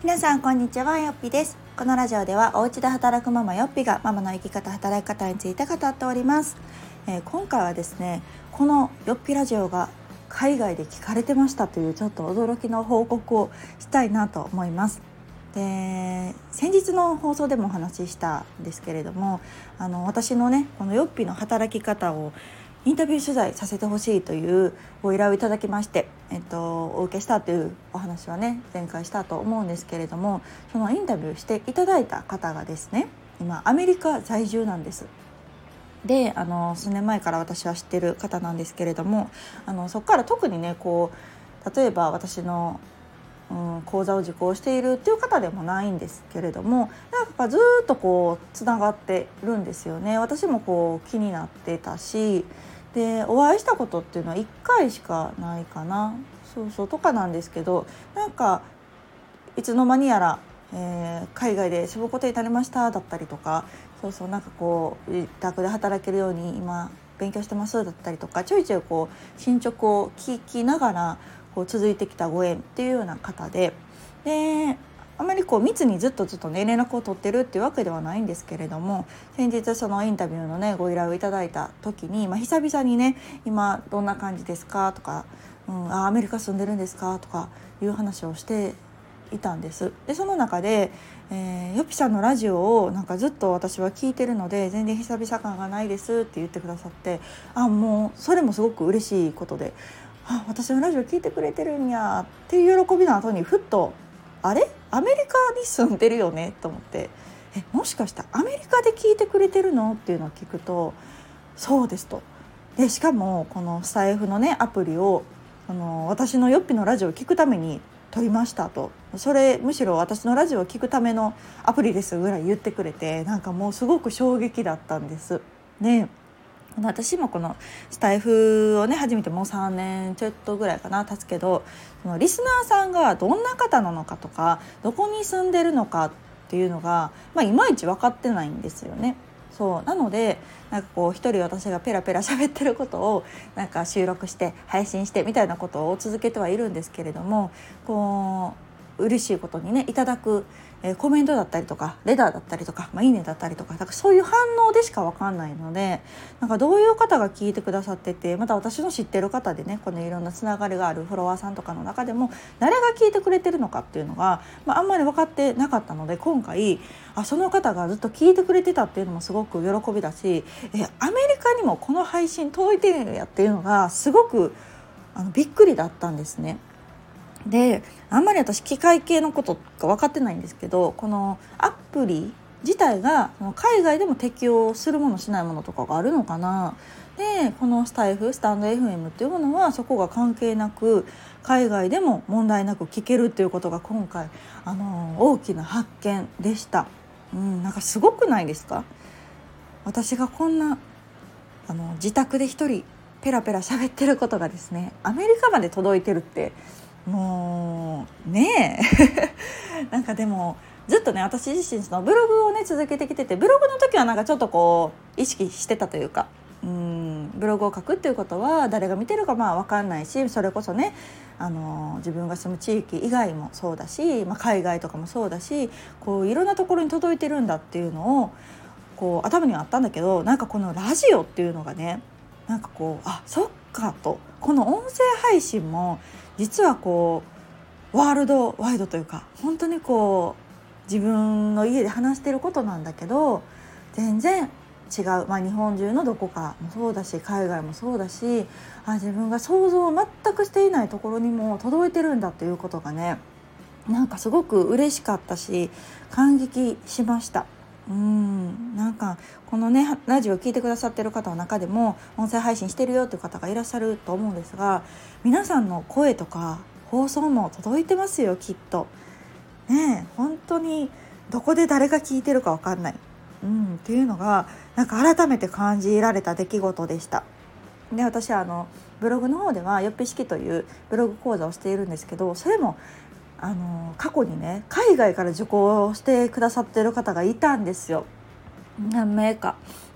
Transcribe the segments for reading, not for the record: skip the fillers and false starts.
皆さんこんにちは、よっぴです。このラジオではお家で働くママよっぴがママの生き方、働き方について語っております。今回はですね、このよっぴラジオが海外で聞かれてましたというちょっと驚きの報告をしたいなと思います。で、先日の放送でもお話ししたんですけれども、私のねこのよっぴの働き方をインタビュー取材させてほしいというご依頼をいただきまして、お受けしたというお話はね前回したと思うんですけれども、そのインタビューしていただいた方がですね、今アメリカ在住なんです。で、数年前から私は知ってる方なんですけれども、そこから特にね例えば私の講座を受講しているっていう方でもないんですけれども、なんかずっとつながってるんですよね。私も気になってたし、でお会いしたことっていうのは1回しかないかな、そうとかなんですけど、なんかいつの間にやら、海外で仕事になりましただったりとか、なんか自宅で働けるように今勉強してますだったりとか、ちょいちょい進捗を聞きながら続いてきたご縁っていうような方で、あまり密にずっとね連絡を取ってるっていうわけではないんですけれども、先日そのインタビューのねご依頼をいただいた時に、久々にね今どんな感じですかとか、アメリカ住んでるんですかとかいう話をしていたんです。でその中で、よっぴさんのラジオをなんかずっと私は聞いてるので全然久々感がないですって言ってくださって、もうそれもすごく嬉しいことで、私のラジオ聞いてくれてるんやっていう喜びの後にふっと、あれアメリカに住んでるよねと思って、もしかしてアメリカで聞いてくれてるのっていうのを聞くと、そうですと。でしかもこのスタイフのねアプリを私のよっぴのラジオを聞くために撮りましたと、それむしろ私のラジオを聞くためのアプリですぐらい言ってくれて、なんかもうすごく衝撃だったんです。で私もこのスタイフをね始めてもう3年ちょっとぐらいかな経つけど、そのリスナーさんがどんな方なのかとかどこに住んでるのかっていうのが、いまいち分かってないんですよね。なのでなんか一人私がペラペラ喋ってることをなんか収録して配信してみたいなことを続けてはいるんですけれども、嬉しいことにねいただく、コメントだったりとかレターだったりとか、いいねだったりとか、だからそういう反応でしか分かんないので、なんかどういう方が聞いてくださってて、また私の知ってる方でねこのいろんなつながりがあるフォロワーさんとかの中でも誰が聞いてくれてるのかっていうのが、あんまり分かってなかったので、今回その方がずっと聞いてくれてたっていうのもすごく喜びだし、アメリカにもこの配信届いてるんやっていうのがすごくびっくりだったんですね。であんまり私機械系のことが分かってないんですけど、このアプリ自体が海外でも適用するものしないものとかがあるのかな。でこのスタンド FM っていうものはそこが関係なく海外でも問題なく聞けるっていうことが今回大きな発見でした。なんかすごくないですか？私がこんな自宅で一人ペラペラ喋ってることがですねアメリカまで届いてるって、もうねえなんかでもずっとね私自身そのブログをね続けてきてて、ブログの時はなんかちょっと意識してたというか、ブログを書くっていうことは誰が見てるか分かんないし、それこそね自分が住む地域以外もそうだし、海外とかもそうだし、いろんなところに届いてるんだっていうのを頭にはあったんだけど、なんかこのラジオっていうのがね、なんかそっかと、この音声配信も実はワールドワイドというか、本当に自分の家で話してることなんだけど全然違う、日本中のどこかもそうだし海外もそうだし、自分が想像を全くしていないところにも届いてるんだっていうことがね、なんかすごく嬉しかったし感激しました。なんかこのねラジオを聞いてくださってる方の中でも音声配信してるよっていう方がいらっしゃると思うんですが、皆さんの声とか放送も届いてますよきっとね。本当にどこで誰が聞いてるか分かんない、っていうのがなんか改めて感じられた出来事でした。で私はブログの方ではよっぴ式というブログ講座をしているんですけど、それも過去にね海外から受講してくださってる方がいたんですよ、何名か。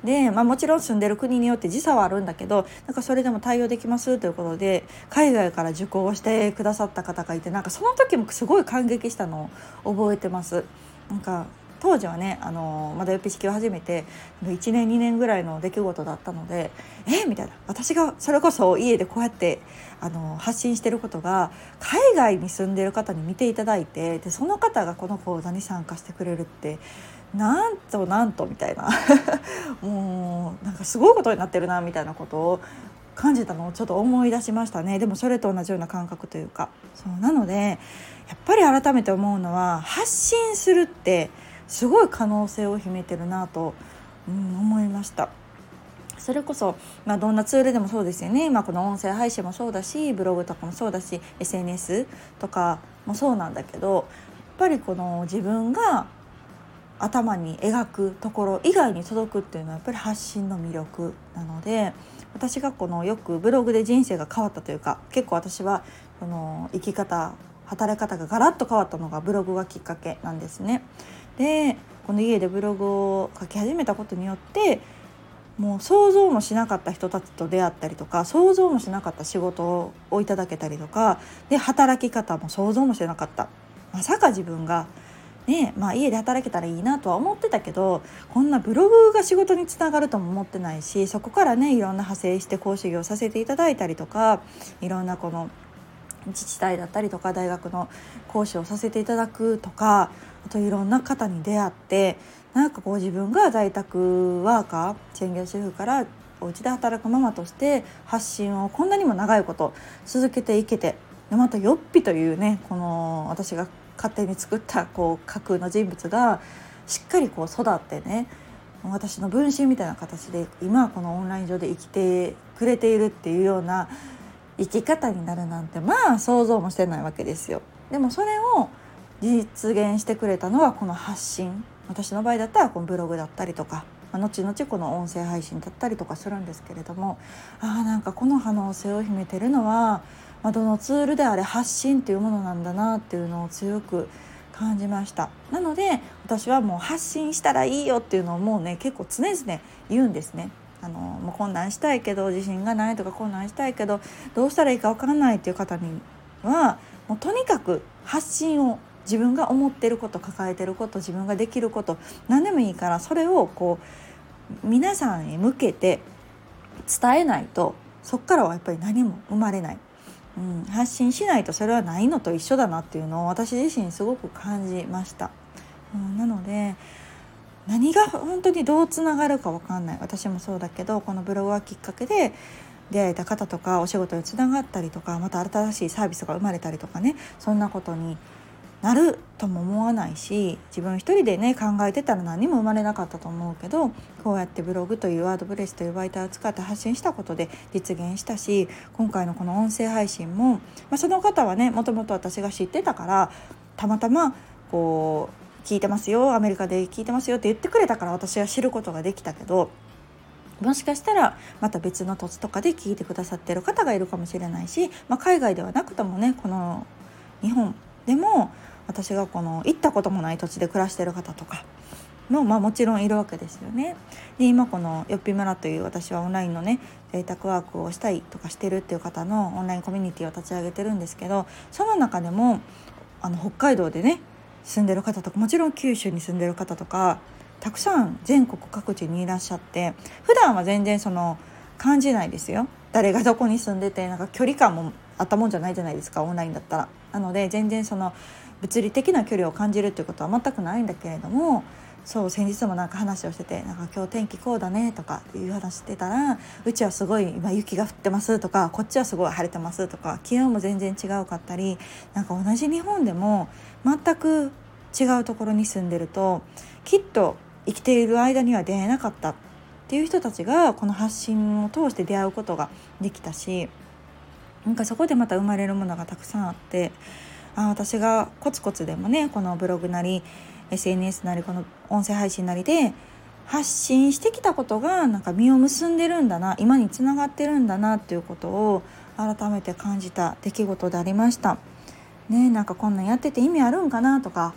で、もちろん住んでる国によって時差はあるんだけど、なんかそれでも対応できますということで海外から受講してくださった方がいて、なんかその時もすごい感激したのを覚えてます。なんか当時はね、まだよっぴ式を始めて1年2年ぐらいの出来事だったので、みたいな、私がそれこそ家でこうやって発信してることが海外に住んでる方に見ていただいて、でその方がこの講座に参加してくれるって、なんとみたいなもうなんかすごいことになってるなみたいなことを感じたのをちょっと思い出しましたね。でもそれと同じような感覚というか、そうなのでやっぱり改めて思うのは、発信するってすごい可能性を秘めてるなと、思いました。それこそ、どんなツールでもそうですよね。この音声配信もそうだし、ブログとかもそうだし、 SNS とかもそうなんだけど、やっぱりこの自分が頭に描くところ以外に届くっていうのはやっぱり発信の魅力なので、私がこのよくブログで人生が変わったというか、結構私はこの生き方働き方がガラッと変わったのがブログがきっかけなんですね。でこの家でブログを書き始めたことによって、もう想像もしなかった人たちと出会ったりとか、想像もしなかった仕事をいただけたりとかで、働き方も想像もしてなかった、まさか自分がね、家で働けたらいいなとは思ってたけど、こんなブログが仕事につながるとも思ってないし、そこからねいろんな派生して講師業させていただいたりとか、いろんなこの自治体だったりとか大学の講師をさせていただくとか、あといろんな方に出会って、なんかこう自分が在宅ワーカー専業主婦からお家で働くママとして発信をこんなにも長いこと続けていけて、でまたよっぴというね、この私が勝手に作ったこう架空の人物がしっかりこう育ってね、私の分身みたいな形で今このオンライン上で生きてくれているっていうような生き方になるなんて想像もしてないわけですよ。でもそれを実現してくれたのはこの発信、私の場合だったらこのブログだったりとか、後々この音声配信だったりとかするんですけれども、なんかこの可能性を秘めてるのは、どのツールであれ発信っていうものなんだなっていうのを強く感じました。なので私はもう発信したらいいよっていうのをもうね結構常々言うんですね。もうこんなんしたいけど自信がないとか、こんなんしたいけどどうしたらいいか分からないっていう方には、もうとにかく発信を、自分が思ってること、抱えてること、自分ができること何でもいいから、それをこう皆さんへ向けて伝えないと、そっからはやっぱり何も生まれない、発信しないとそれはないのと一緒だなっていうのを私自身すごく感じました。なので何が本当にどうつながるか分かんない、私もそうだけど、このブログがきっかけで出会えた方とかお仕事につながったりとか、また新しいサービスが生まれたりとかね、そんなことになるとも思わないし、自分一人でね考えてたら何も生まれなかったと思うけど、こうやってブログというワードプレスという媒体を使って発信したことで実現したし、今回のこの音声配信も、その方はねもともと私が知ってたから、たまたまこう聞いてますよ、アメリカで聞いてますよって言ってくれたから私は知ることができたけど、もしかしたらまた別の土地とかで聞いてくださってる方がいるかもしれないし、海外ではなくてもね、この日本でも私がこの行ったこともない土地で暮らしてる方とかも、もちろんいるわけですよね。で今このよっぴ村という、私はオンラインのね在宅ワークをしたいとかしてるっていう方のオンラインコミュニティを立ち上げてるんですけど、その中でも北海道でね住んでる方とか、もちろん九州に住んでる方とかたくさん全国各地にいらっしゃって、普段は全然その感じないですよ、誰がどこに住んでて、なんか距離感もあったもんじゃないじゃないですか、オンラインだったら。なので全然その物理的な距離を感じるっていうことは全くないんだけれども、そう先日もなんか話をしてて、なんか今日天気こうだねとかいう話してたら、うちはすごい今雪が降ってますとか、こっちはすごい晴れてますとか、気温も全然違うかったり、なんか同じ日本でも全く違うところに住んでると、きっと生きている間には出会えなかったっていう人たちがこの発信を通して出会うことができたし、なんかそこでまた生まれるものがたくさんあって、私がコツコツでもねこのブログなり SNS なりこの音声配信なりで発信してきたことがなんか実を結んでるんだな、今につながってるんだなっていうことを改めて感じた出来事でありましたね。なんかこんなんやってて意味あるんかなとか、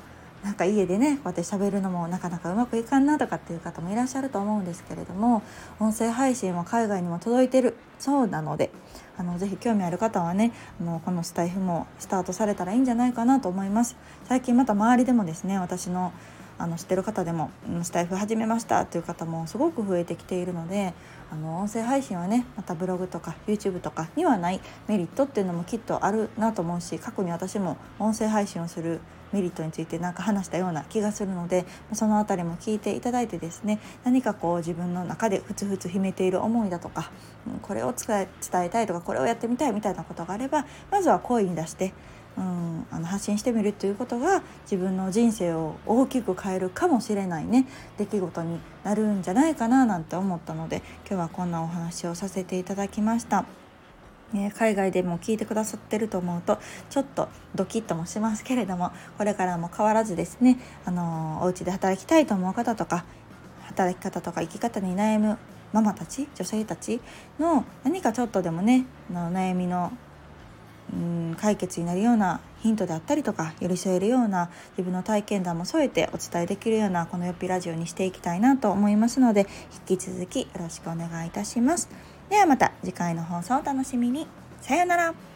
なんか家でねこうやって喋るのもなかなかうまくいかんなとかっていう方もいらっしゃると思うんですけれども、音声配信は海外にも届いてるそうなので、ぜひ興味ある方はねこのスタイフもスタートされたらいいんじゃないかなと思います。最近また周りでもですね、私の知ってる方でもスタイフ始めましたという方もすごく増えてきているので、音声配信はねまたブログとか YouTube とかにはないメリットっていうのもきっとあるなと思うし、過去に私も音声配信をするメリットについてなんか話したような気がするので、そのあたりも聞いていただいてですね、何かこう自分の中でふつふつ秘めている思いだとか、これを伝えたいとかこれをやってみたいみたいなことがあれば、まずは声に出して発信してみるということが自分の人生を大きく変えるかもしれないね出来事になるんじゃないかななんて思ったので、今日はこんなお話をさせていただきました。海外でも聞いてくださってると思うとちょっとドキッともしますけれども、これからも変わらずですね、お家で働きたいと思う方とか、働き方とか生き方に悩むママたち、女性たちの何かちょっとでもね悩みの解決になるようなヒントであったりとか、寄り添えるような自分の体験談も添えてお伝えできるようなこのよっぴラジオにしていきたいなと思いますので、引き続きよろしくお願いいたします。ではまた次回の放送をお楽しみに。さようなら。